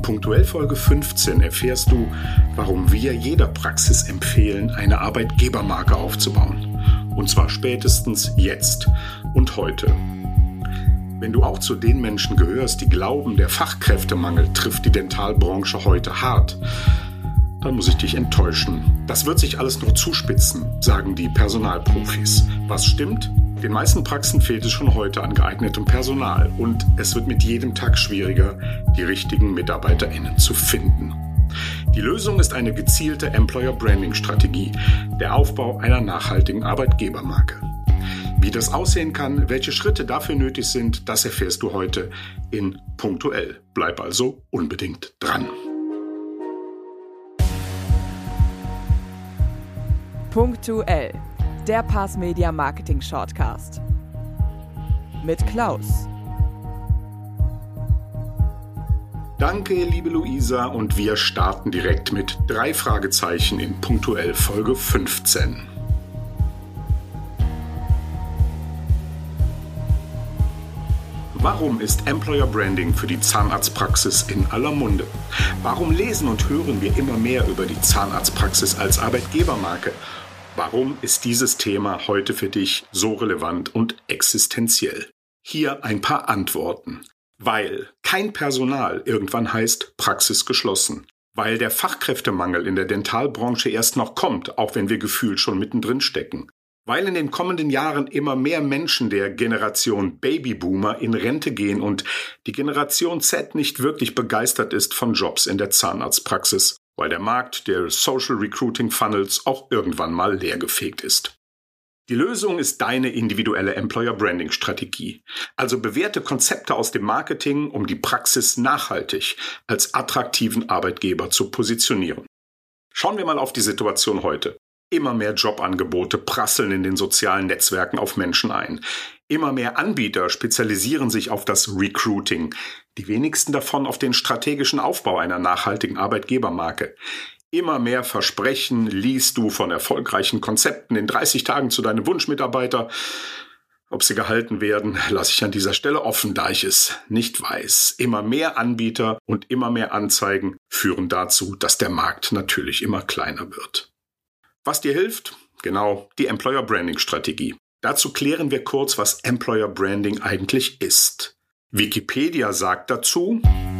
Punktuell Folge 15 erfährst du, warum wir jeder Praxis empfehlen, eine Arbeitgebermarke aufzubauen. Und zwar spätestens jetzt und heute. Wenn du auch zu den Menschen gehörst, die glauben, der Fachkräftemangel trifft die Dentalbranche heute hart, dann muss ich dich enttäuschen. Das wird sich alles noch zuspitzen, sagen die Personalprofis. Was stimmt? Den meisten Praxen fehlt es schon heute an geeignetem Personal und es wird mit jedem Tag schwieriger, die richtigen MitarbeiterInnen zu finden. Die Lösung ist eine gezielte Employer-Branding-Strategie, der Aufbau einer nachhaltigen Arbeitgebermarke. Wie das aussehen kann, welche Schritte dafür nötig sind, das erfährst du heute in Punktuell. Bleib also unbedingt dran. Punktuell, der Pass Media Marketing Shortcast. Mit Klaus. Danke, liebe Luisa, und wir starten direkt mit 3 Fragezeichen in Punktuell Folge 15. Warum ist Employer Branding für die Zahnarztpraxis in aller Munde? Warum lesen und hören wir immer mehr über die Zahnarztpraxis als Arbeitgebermarke? Warum ist dieses Thema heute für dich so relevant und existenziell? Hier ein paar Antworten. Weil kein Personal irgendwann heißt Praxis geschlossen. Weil der Fachkräftemangel in der Dentalbranche erst noch kommt, auch wenn wir gefühlt schon mittendrin stecken. Weil in den kommenden Jahren immer mehr Menschen der Generation Babyboomer in Rente gehen und die Generation Z nicht wirklich begeistert ist von Jobs in der Zahnarztpraxis. Weil der Markt der Social Recruiting Funnels auch irgendwann mal leergefegt ist. Die Lösung ist deine individuelle Employer Branding Strategie, also bewährte Konzepte aus dem Marketing, um die Praxis nachhaltig als attraktiven Arbeitgeber zu positionieren. Schauen wir mal auf die Situation heute. Immer mehr Jobangebote prasseln in den sozialen Netzwerken auf Menschen ein. Immer mehr Anbieter spezialisieren sich auf das Recruiting, die wenigsten davon auf den strategischen Aufbau einer nachhaltigen Arbeitgebermarke. Immer mehr Versprechen liest du von erfolgreichen Konzepten in 30 Tagen zu deinem Wunschmitarbeiter. Ob sie gehalten werden, lasse ich an dieser Stelle offen, da ich es nicht weiß. Immer mehr Anbieter und immer mehr Anzeigen führen dazu, dass der Markt natürlich immer kleiner wird. Was dir hilft? Genau, die Employer Branding Strategie. Dazu klären wir kurz, was Employer Branding eigentlich ist. Wikipedia sagt dazu: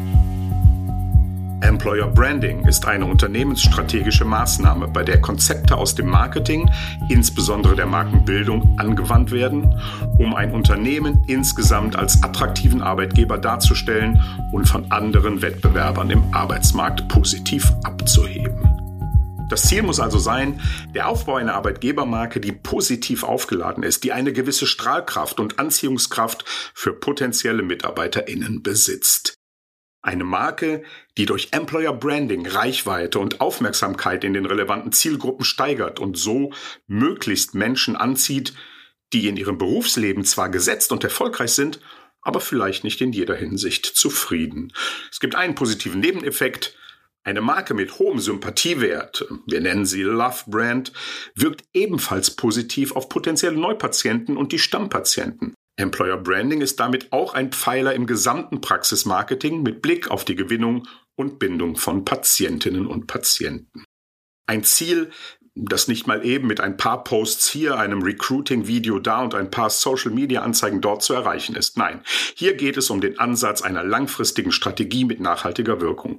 Employer Branding ist eine unternehmensstrategische Maßnahme, bei der Konzepte aus dem Marketing, insbesondere der Markenbildung, angewandt werden, um ein Unternehmen insgesamt als attraktiven Arbeitgeber darzustellen und von anderen Wettbewerbern im Arbeitsmarkt positiv abzuheben. Das Ziel muss also sein, der Aufbau einer Arbeitgebermarke, die positiv aufgeladen ist, die eine gewisse Strahlkraft und Anziehungskraft für potenzielle MitarbeiterInnen besitzt. Eine Marke, die durch Employer Branding Reichweite und Aufmerksamkeit in den relevanten Zielgruppen steigert und so möglichst Menschen anzieht, die in ihrem Berufsleben zwar gesetzt und erfolgreich sind, aber vielleicht nicht in jeder Hinsicht zufrieden. Es gibt einen positiven Nebeneffekt. Eine Marke mit hohem Sympathiewert, wir nennen sie Love Brand, wirkt ebenfalls positiv auf potenzielle Neupatienten und die Stammpatienten. Employer Branding ist damit auch ein Pfeiler im gesamten Praxismarketing mit Blick auf die Gewinnung und Bindung von Patientinnen und Patienten. Ein Ziel, das nicht mal eben mit ein paar Posts hier, einem Recruiting-Video da und ein paar Social-Media-Anzeigen dort zu erreichen ist. Nein, hier geht es um den Ansatz einer langfristigen Strategie mit nachhaltiger Wirkung.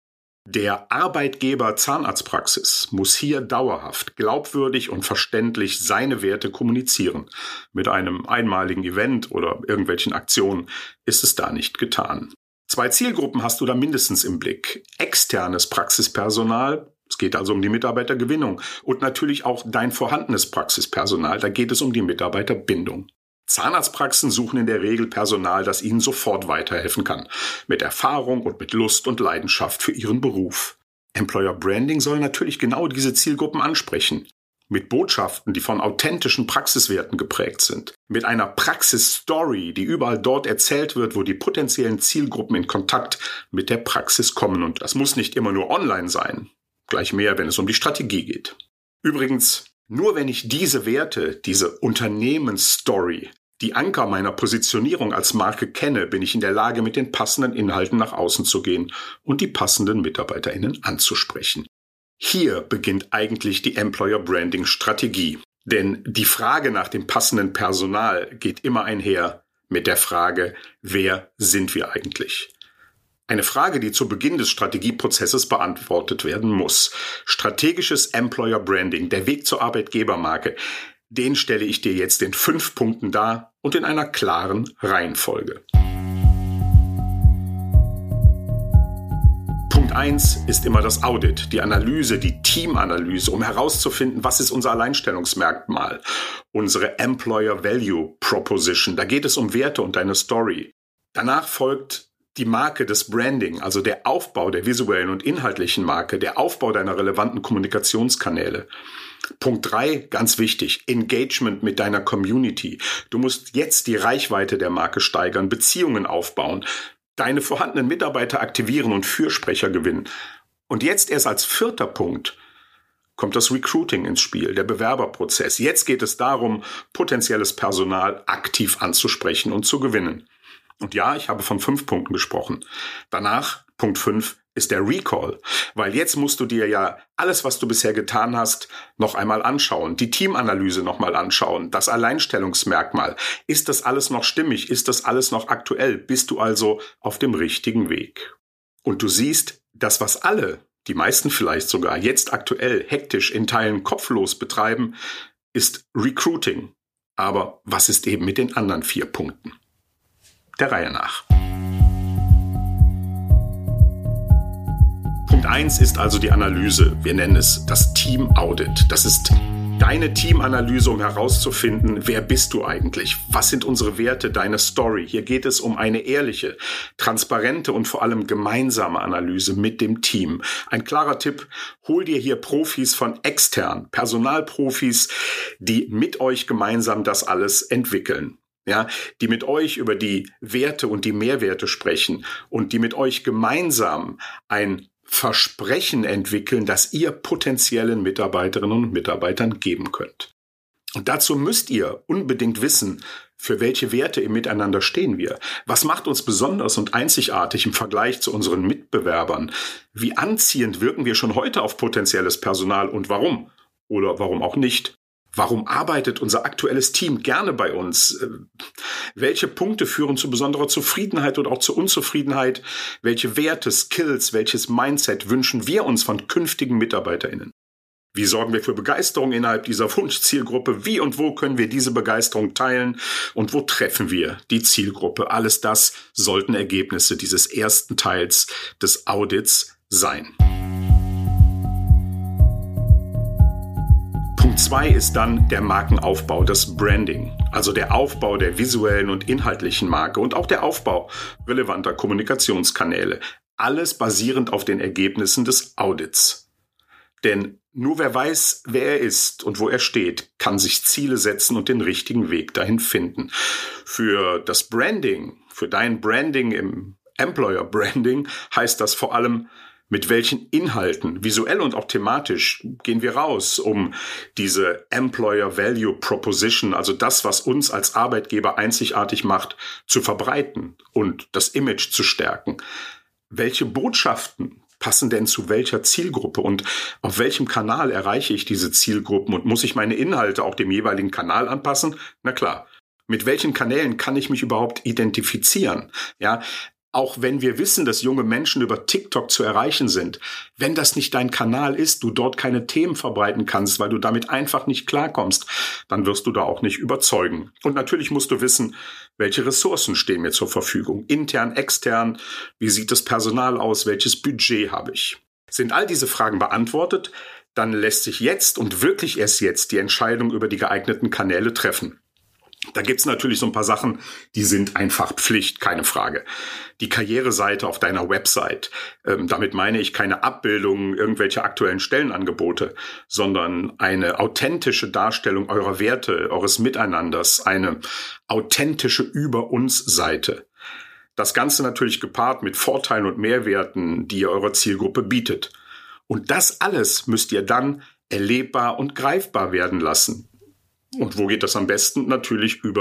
Der Arbeitgeber Zahnarztpraxis muss hier dauerhaft, glaubwürdig und verständlich seine Werte kommunizieren. Mit einem einmaligen Event oder irgendwelchen Aktionen ist es da nicht getan. 2 Zielgruppen hast du da mindestens im Blick. Externes Praxispersonal, es geht also um die Mitarbeitergewinnung, und natürlich auch dein vorhandenes Praxispersonal, da geht es um die Mitarbeiterbindung. Zahnarztpraxen suchen in der Regel Personal, das ihnen sofort weiterhelfen kann, mit Erfahrung und mit Lust und Leidenschaft für ihren Beruf. Employer Branding soll natürlich genau diese Zielgruppen ansprechen, mit Botschaften, die von authentischen Praxiswerten geprägt sind, mit einer Praxisstory, die überall dort erzählt wird, wo die potenziellen Zielgruppen in Kontakt mit der Praxis kommen. Und das muss nicht immer nur online sein, gleich mehr, wenn es um die Strategie geht. Übrigens, nur wenn ich diese Werte, diese Unternehmensstory die Anker meiner Positionierung als Marke kenne, bin ich in der Lage, mit den passenden Inhalten nach außen zu gehen und die passenden MitarbeiterInnen anzusprechen. Hier beginnt eigentlich die Employer Branding Strategie. Denn die Frage nach dem passenden Personal geht immer einher mit der Frage, wer sind wir eigentlich? Eine Frage, die zu Beginn des Strategieprozesses beantwortet werden muss. Strategisches Employer Branding, der Weg zur Arbeitgebermarke, den stelle ich dir jetzt in 5 Punkten dar und in einer klaren Reihenfolge. Punkt 1 ist immer das Audit, die Analyse, die Teamanalyse, um herauszufinden, was ist unser Alleinstellungsmerkmal, unsere Employer Value Proposition. Da geht es um Werte und deine Story. Danach folgt die Marke des Branding, also der Aufbau der visuellen und inhaltlichen Marke, der Aufbau deiner relevanten Kommunikationskanäle. Punkt 3, ganz wichtig, Engagement mit deiner Community. Du musst jetzt die Reichweite der Marke steigern, Beziehungen aufbauen, deine vorhandenen Mitarbeiter aktivieren und Fürsprecher gewinnen. Und jetzt erst als 4. Punkt kommt das Recruiting ins Spiel, der Bewerberprozess. Jetzt geht es darum, potenzielles Personal aktiv anzusprechen und zu gewinnen. Und ja, ich habe von 5 Punkten gesprochen. Danach, Punkt 5, ist der Recall. Weil jetzt musst du dir ja alles, was du bisher getan hast, noch einmal anschauen. Die Teamanalyse noch mal anschauen. Das Alleinstellungsmerkmal. Ist das alles noch stimmig? Ist das alles noch aktuell? Bist du also auf dem richtigen Weg? Und du siehst, das, was alle, die meisten vielleicht sogar, jetzt aktuell hektisch in Teilen kopflos betreiben, ist Recruiting. Aber was ist eben mit den anderen 4 Punkten? Der Reihe nach. Punkt 1 ist also die Analyse. Wir nennen es das Team Audit. Das ist deine Teamanalyse, um herauszufinden, wer bist du eigentlich? Was sind unsere Werte, deine Story? Hier geht es um eine ehrliche, transparente und vor allem gemeinsame Analyse mit dem Team. Ein klarer Tipp, hol dir hier Profis von extern, Personalprofis, die mit euch gemeinsam das alles entwickeln. Ja, die mit euch über die Werte und die Mehrwerte sprechen und die mit euch gemeinsam ein Versprechen entwickeln, das ihr potenziellen Mitarbeiterinnen und Mitarbeitern geben könnt. Und dazu müsst ihr unbedingt wissen, für welche Werte im Miteinander stehen wir. Was macht uns besonders und einzigartig im Vergleich zu unseren Mitbewerbern? Wie anziehend wirken wir schon heute auf potenzielles Personal und warum? Oder warum auch nicht? Warum arbeitet unser aktuelles Team gerne bei uns? Welche Punkte führen zu besonderer Zufriedenheit oder auch zur Unzufriedenheit? Welche Werte, Skills, welches Mindset wünschen wir uns von künftigen MitarbeiterInnen? Wie sorgen wir für Begeisterung innerhalb dieser Wunschzielgruppe? Wie und wo können wir diese Begeisterung teilen? Und wo treffen wir die Zielgruppe? Alles das sollten Ergebnisse dieses ersten Teils des Audits sein. Punkt 2 ist dann der Markenaufbau, das Branding, also der Aufbau der visuellen und inhaltlichen Marke und auch der Aufbau relevanter Kommunikationskanäle. Alles basierend auf den Ergebnissen des Audits. Denn nur wer weiß, wer er ist und wo er steht, kann sich Ziele setzen und den richtigen Weg dahin finden. Für das Branding, für dein Branding im Employer Branding heißt das vor allem, mit welchen Inhalten, visuell und auch thematisch, gehen wir raus, um diese Employer Value Proposition, also das, was uns als Arbeitgeber einzigartig macht, zu verbreiten und das Image zu stärken? Welche Botschaften passen denn zu welcher Zielgruppe und auf welchem Kanal erreiche ich diese Zielgruppen und muss ich meine Inhalte auch dem jeweiligen Kanal anpassen? Na klar. Mit welchen Kanälen kann ich mich überhaupt identifizieren? Ja, auch wenn wir wissen, dass junge Menschen über TikTok zu erreichen sind, wenn das nicht dein Kanal ist, du dort keine Themen verbreiten kannst, weil du damit einfach nicht klarkommst, dann wirst du da auch nicht überzeugen. Und natürlich musst du wissen, welche Ressourcen stehen mir zur Verfügung, intern, extern, wie sieht das Personal aus, welches Budget habe ich. Sind all diese Fragen beantwortet, dann lässt sich jetzt und wirklich erst jetzt die Entscheidung über die geeigneten Kanäle treffen. Da gibt's natürlich so ein paar Sachen, die sind einfach Pflicht, keine Frage. Die Karriereseite auf deiner Website, damit meine ich keine Abbildungen irgendwelcher aktuellen Stellenangebote, sondern eine authentische Darstellung eurer Werte, eures Miteinanders, eine authentische Über-uns-Seite. Das Ganze natürlich gepaart mit Vorteilen und Mehrwerten, die ihr eurer Zielgruppe bietet. Und das alles müsst ihr dann erlebbar und greifbar werden lassen. Und wo geht das am besten? Natürlich über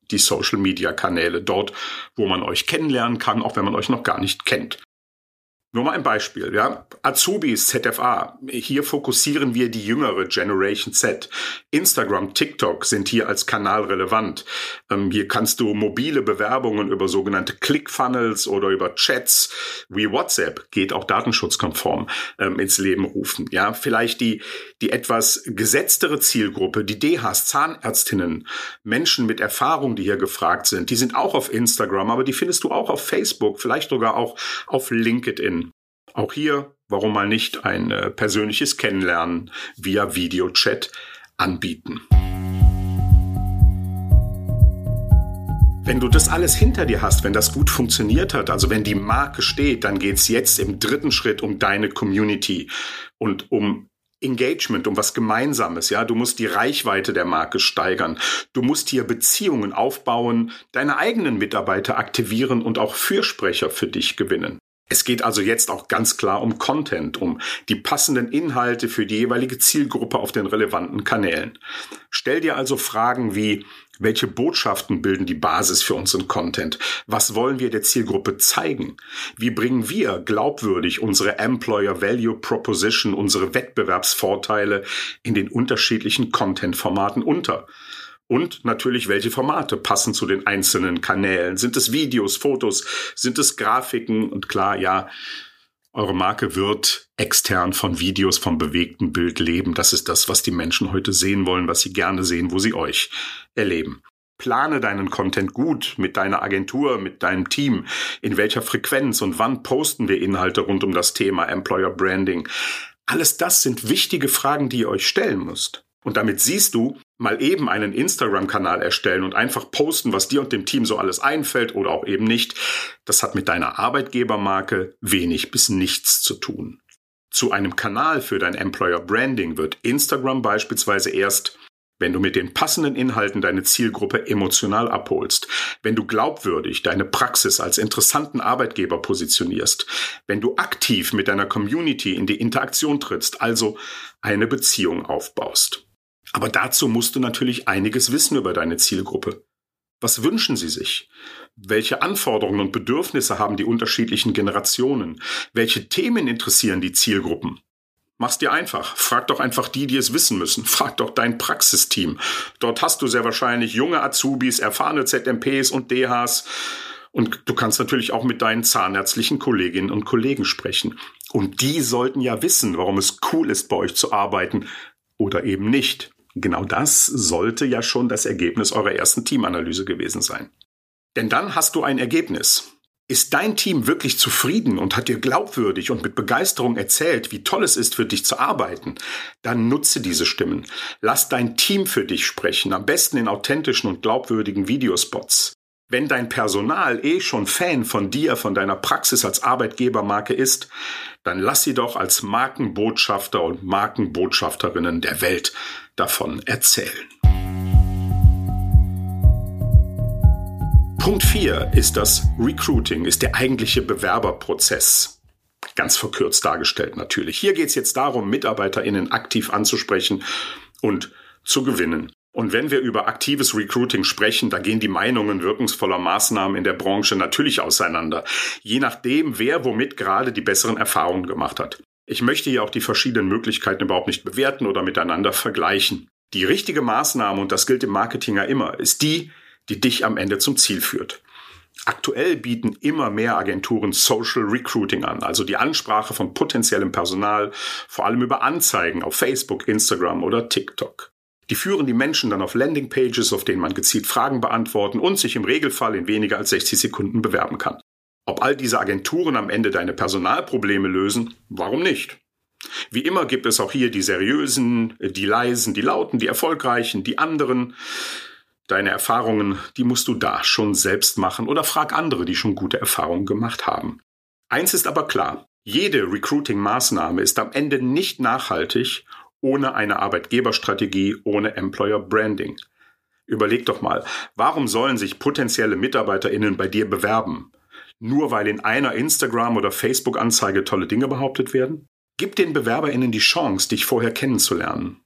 die Social-Media-Kanäle, dort, wo man euch kennenlernen kann, auch wenn man euch noch gar nicht kennt. Nur mal ein Beispiel, ja. Azubis, ZFA. Hier fokussieren wir die jüngere Generation Z. Instagram, TikTok sind hier als Kanal relevant. Hier kannst du mobile Bewerbungen über sogenannte Click-Funnels oder über Chats wie WhatsApp, geht auch datenschutzkonform, ins Leben rufen. Ja, vielleicht die etwas gesetztere Zielgruppe, die DHs, Zahnärztinnen, Menschen mit Erfahrung, die hier gefragt sind, die sind auch auf Instagram, aber die findest du auch auf Facebook, vielleicht sogar auch auf LinkedIn. Auch hier, warum mal nicht ein persönliches Kennenlernen via Videochat anbieten. Wenn du das alles hinter dir hast, wenn das gut funktioniert hat, also wenn die Marke steht, dann geht's jetzt im dritten Schritt um deine Community und um Engagement, um was Gemeinsames, ja. Du musst die Reichweite der Marke steigern. Du musst hier Beziehungen aufbauen, deine eigenen Mitarbeiter aktivieren und auch Fürsprecher für dich gewinnen. Es geht also jetzt auch ganz klar um Content, um die passenden Inhalte für die jeweilige Zielgruppe auf den relevanten Kanälen. Stell dir also Fragen wie: Welche Botschaften bilden die Basis für unseren Content? Was wollen wir der Zielgruppe zeigen? Wie bringen wir glaubwürdig unsere Employer Value Proposition, unsere Wettbewerbsvorteile in den unterschiedlichen Content-Formaten unter? Und natürlich, welche Formate passen zu den einzelnen Kanälen? Sind es Videos, Fotos? Sind es Grafiken? Und klar, ja, eure Marke wird extern von Videos, vom bewegten Bild leben. Das ist das, was die Menschen heute sehen wollen, was sie gerne sehen, wo sie euch erleben. Plane deinen Content gut mit deiner Agentur, mit deinem Team. In welcher Frequenz und wann posten wir Inhalte rund um das Thema Employer Branding? Alles das sind wichtige Fragen, die ihr euch stellen müsst. Und damit siehst du, mal eben einen Instagram-Kanal erstellen und einfach posten, was dir und dem Team so alles einfällt oder auch eben nicht, das hat mit deiner Arbeitgebermarke wenig bis nichts zu tun. Zu einem Kanal für dein Employer Branding wird Instagram beispielsweise erst, wenn du mit den passenden Inhalten deine Zielgruppe emotional abholst, wenn du glaubwürdig deine Praxis als interessanten Arbeitgeber positionierst, wenn du aktiv mit deiner Community in die Interaktion trittst, also eine Beziehung aufbaust. Aber dazu musst du natürlich einiges wissen über deine Zielgruppe. Was wünschen sie sich? Welche Anforderungen und Bedürfnisse haben die unterschiedlichen Generationen? Welche Themen interessieren die Zielgruppen? Mach's dir einfach. Frag doch einfach die es wissen müssen. Frag doch dein Praxisteam. Dort hast du sehr wahrscheinlich junge Azubis, erfahrene ZMPs und DHs. Und du kannst natürlich auch mit deinen zahnärztlichen Kolleginnen und Kollegen sprechen. Und die sollten ja wissen, warum es cool ist, bei euch zu arbeiten oder eben nicht. Genau das sollte ja schon das Ergebnis eurer ersten Teamanalyse gewesen sein. Denn dann hast du ein Ergebnis. Ist dein Team wirklich zufrieden und hat dir glaubwürdig und mit Begeisterung erzählt, wie toll es ist, für dich zu arbeiten? Dann nutze diese Stimmen. Lass dein Team für dich sprechen, am besten in authentischen und glaubwürdigen Videospots. Wenn dein Personal schon Fan von dir, von deiner Praxis als Arbeitgebermarke ist, dann lass sie doch als Markenbotschafter und Markenbotschafterinnen der Welt davon erzählen. Punkt 4 ist das Recruiting, ist der eigentliche Bewerberprozess. Ganz verkürzt dargestellt natürlich. Hier geht es jetzt darum, MitarbeiterInnen aktiv anzusprechen und zu gewinnen. Und wenn wir über aktives Recruiting sprechen, da gehen die Meinungen wirkungsvoller Maßnahmen in der Branche natürlich auseinander. Je nachdem, wer womit gerade die besseren Erfahrungen gemacht hat. Ich möchte hier auch die verschiedenen Möglichkeiten überhaupt nicht bewerten oder miteinander vergleichen. Die richtige Maßnahme, und das gilt im Marketing ja immer, ist die dich am Ende zum Ziel führt. Aktuell bieten immer mehr Agenturen Social Recruiting an, also die Ansprache von potenziellem Personal, vor allem über Anzeigen auf Facebook, Instagram oder TikTok. Die führen die Menschen dann auf Landingpages, auf denen man gezielt Fragen beantworten und sich im Regelfall in weniger als 60 Sekunden bewerben kann. Ob all diese Agenturen am Ende deine Personalprobleme lösen? Warum nicht? Wie immer gibt es auch hier die seriösen, die leisen, die lauten, die erfolgreichen, die anderen. Deine Erfahrungen, die musst du da schon selbst machen oder frag andere, die schon gute Erfahrungen gemacht haben. Eins ist aber klar, jede Recruiting-Maßnahme ist am Ende nicht nachhaltig ohne eine Arbeitgeberstrategie, ohne Employer Branding. Überleg doch mal, warum sollen sich potenzielle MitarbeiterInnen bei dir bewerben? Nur weil in einer Instagram- oder Facebook-Anzeige tolle Dinge behauptet werden? Gib den BewerberInnen die Chance, dich vorher kennenzulernen.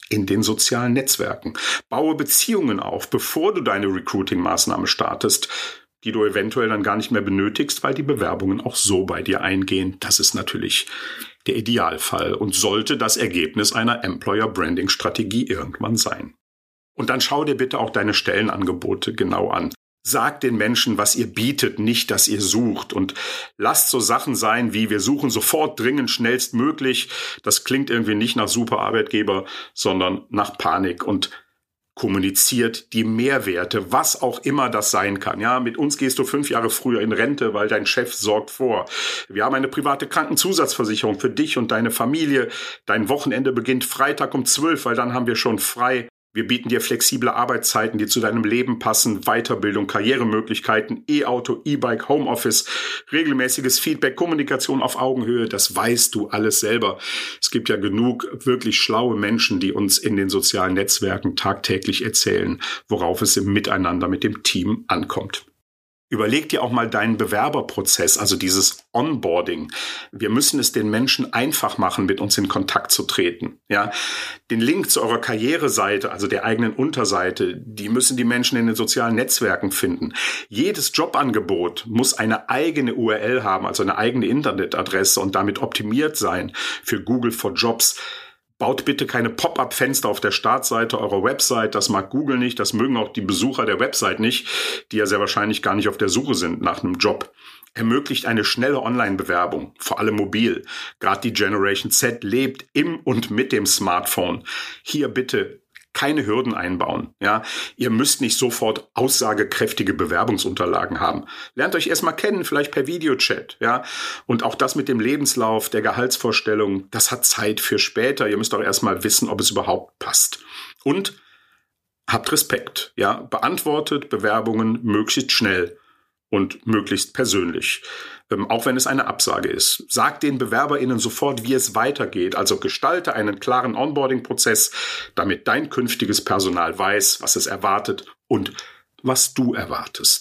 in den sozialen Netzwerken. Baue Beziehungen auf, bevor du deine Recruiting-Maßnahme startest, die du eventuell dann gar nicht mehr benötigst, weil die Bewerbungen auch so bei dir eingehen. Das ist natürlich der Idealfall und sollte das Ergebnis einer Employer-Branding-Strategie irgendwann sein. Und dann schau dir bitte auch deine Stellenangebote genau an. Sagt den Menschen, was ihr bietet, nicht, dass ihr sucht. Und lasst so Sachen sein wie, wir suchen sofort, dringend, schnellstmöglich. Das klingt irgendwie nicht nach super Arbeitgeber, sondern nach Panik. Und kommuniziert die Mehrwerte, was auch immer das sein kann. Ja, mit uns gehst du 5 Jahre früher in Rente, weil dein Chef sorgt vor. Wir haben eine private Krankenzusatzversicherung für dich und deine Familie. Dein Wochenende beginnt Freitag um 12, weil dann haben wir schon frei. Wir bieten dir flexible Arbeitszeiten, die zu deinem Leben passen, Weiterbildung, Karrieremöglichkeiten, E-Auto, E-Bike, Homeoffice, regelmäßiges Feedback, Kommunikation auf Augenhöhe. Das weißt du alles selber. Es gibt ja genug wirklich schlaue Menschen, die uns in den sozialen Netzwerken tagtäglich erzählen, worauf es im Miteinander mit dem Team ankommt. Überleg dir auch mal deinen Bewerberprozess, also dieses Onboarding. Wir müssen es den Menschen einfach machen, mit uns in Kontakt zu treten. Ja, den Link zu eurer Karriereseite, also der eigenen Unterseite, die müssen die Menschen in den sozialen Netzwerken finden. Jedes Jobangebot muss eine eigene URL haben, also eine eigene Internetadresse und damit optimiert sein für Google for Jobs. Baut bitte keine Pop-up-Fenster auf der Startseite eurer Website. Das mag Google nicht, das mögen auch die Besucher der Website nicht, die ja sehr wahrscheinlich gar nicht auf der Suche sind nach einem Job. Ermöglicht eine schnelle Online-Bewerbung, vor allem mobil. Gerade die Generation Z lebt im und mit dem Smartphone. Hier bitte keine Hürden einbauen. Ja, ihr müsst nicht sofort aussagekräftige Bewerbungsunterlagen haben. Lernt euch erstmal kennen, vielleicht per Videochat. Ja, und auch das mit dem Lebenslauf, der Gehaltsvorstellung, das hat Zeit für später. Ihr müsst auch erstmal wissen, ob es überhaupt passt. Und habt Respekt. Ja, beantwortet Bewerbungen möglichst schnell und möglichst persönlich. Auch wenn es eine Absage ist. Sagt den BewerberInnen sofort, wie es weitergeht. Also gestalte einen klaren Onboarding-Prozess, damit dein künftiges Personal weiß, was es erwartet und was du erwartest.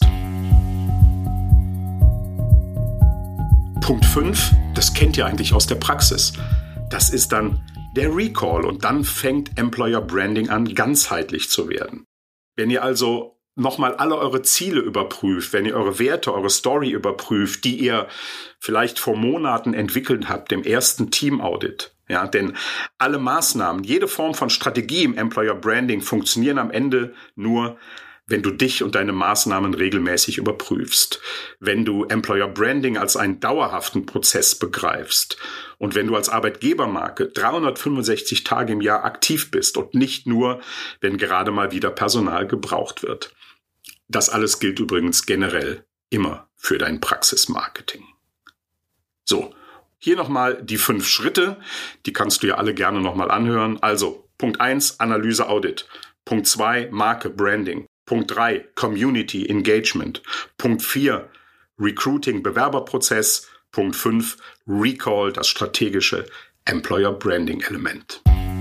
Punkt 5, das kennt ihr eigentlich aus der Praxis. Das ist dann der Recall und dann fängt Employer Branding an, ganzheitlich zu werden. Wenn ihr also nochmal alle eure Ziele überprüft, wenn ihr eure Werte, eure Story überprüft, die ihr vielleicht vor Monaten entwickelt habt, im ersten Team-Audit. Ja, denn alle Maßnahmen, jede Form von Strategie im Employer Branding funktionieren am Ende nur, wenn du dich und deine Maßnahmen regelmäßig überprüfst, wenn du Employer Branding als einen dauerhaften Prozess begreifst und wenn du als Arbeitgebermarke 365 Tage im Jahr aktiv bist und nicht nur, wenn gerade mal wieder Personal gebraucht wird. Das alles gilt übrigens generell immer für dein Praxismarketing. So, hier nochmal die 5 Schritte, die kannst du ja alle gerne nochmal anhören. Also, Punkt 1, Analyse Audit. Punkt 2, Marke Branding. Punkt 3, Community Engagement. Punkt 4, Recruiting Bewerberprozess. Punkt 5, Recall, das strategische Employer Branding Element.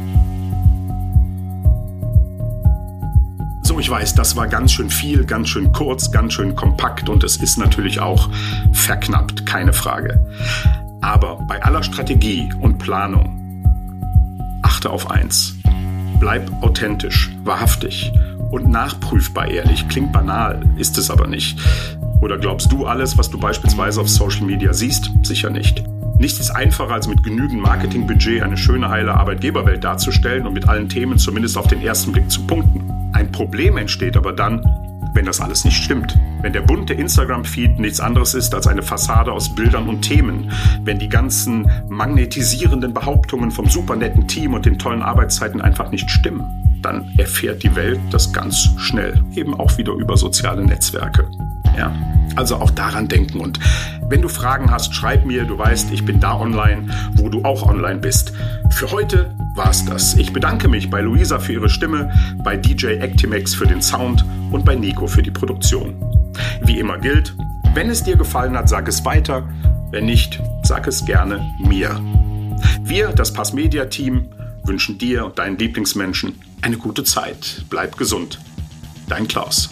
So, ich weiß, das war ganz schön viel, ganz schön kurz, ganz schön kompakt und es ist natürlich auch verknappt, keine Frage. Aber bei aller Strategie und Planung achte auf eins. Bleib authentisch, wahrhaftig und nachprüfbar ehrlich. Klingt banal, ist es aber nicht. Oder glaubst du alles, was du beispielsweise auf Social Media siehst? Sicher nicht. Nichts ist einfacher, als mit genügend Marketingbudget eine schöne, heile Arbeitgeberwelt darzustellen und mit allen Themen zumindest auf den ersten Blick zu punkten. Ein Problem entsteht aber dann, wenn das alles nicht stimmt. Wenn der bunte Instagram-Feed nichts anderes ist als eine Fassade aus Bildern und Themen. Wenn die ganzen magnetisierenden Behauptungen vom supernetten Team und den tollen Arbeitszeiten einfach nicht stimmen, dann erfährt die Welt das ganz schnell. Eben auch wieder über soziale Netzwerke. Ja, also auch daran denken. Und wenn du Fragen hast, schreib mir. Du weißt, ich bin da online, wo du auch online bist. Für heute war's das. Ich bedanke mich bei Luisa für ihre Stimme, bei DJ Actimex für den Sound und bei Nico für die Produktion. Wie immer gilt, wenn es dir gefallen hat, sag es weiter. Wenn nicht, sag es gerne mir. Wir, das Passmedia-Team, wünschen dir und deinen Lieblingsmenschen eine gute Zeit. Bleib gesund. Dein Klaus.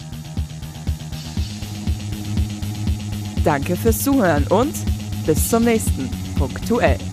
Danke fürs Zuhören und bis zum nächsten Punktuell.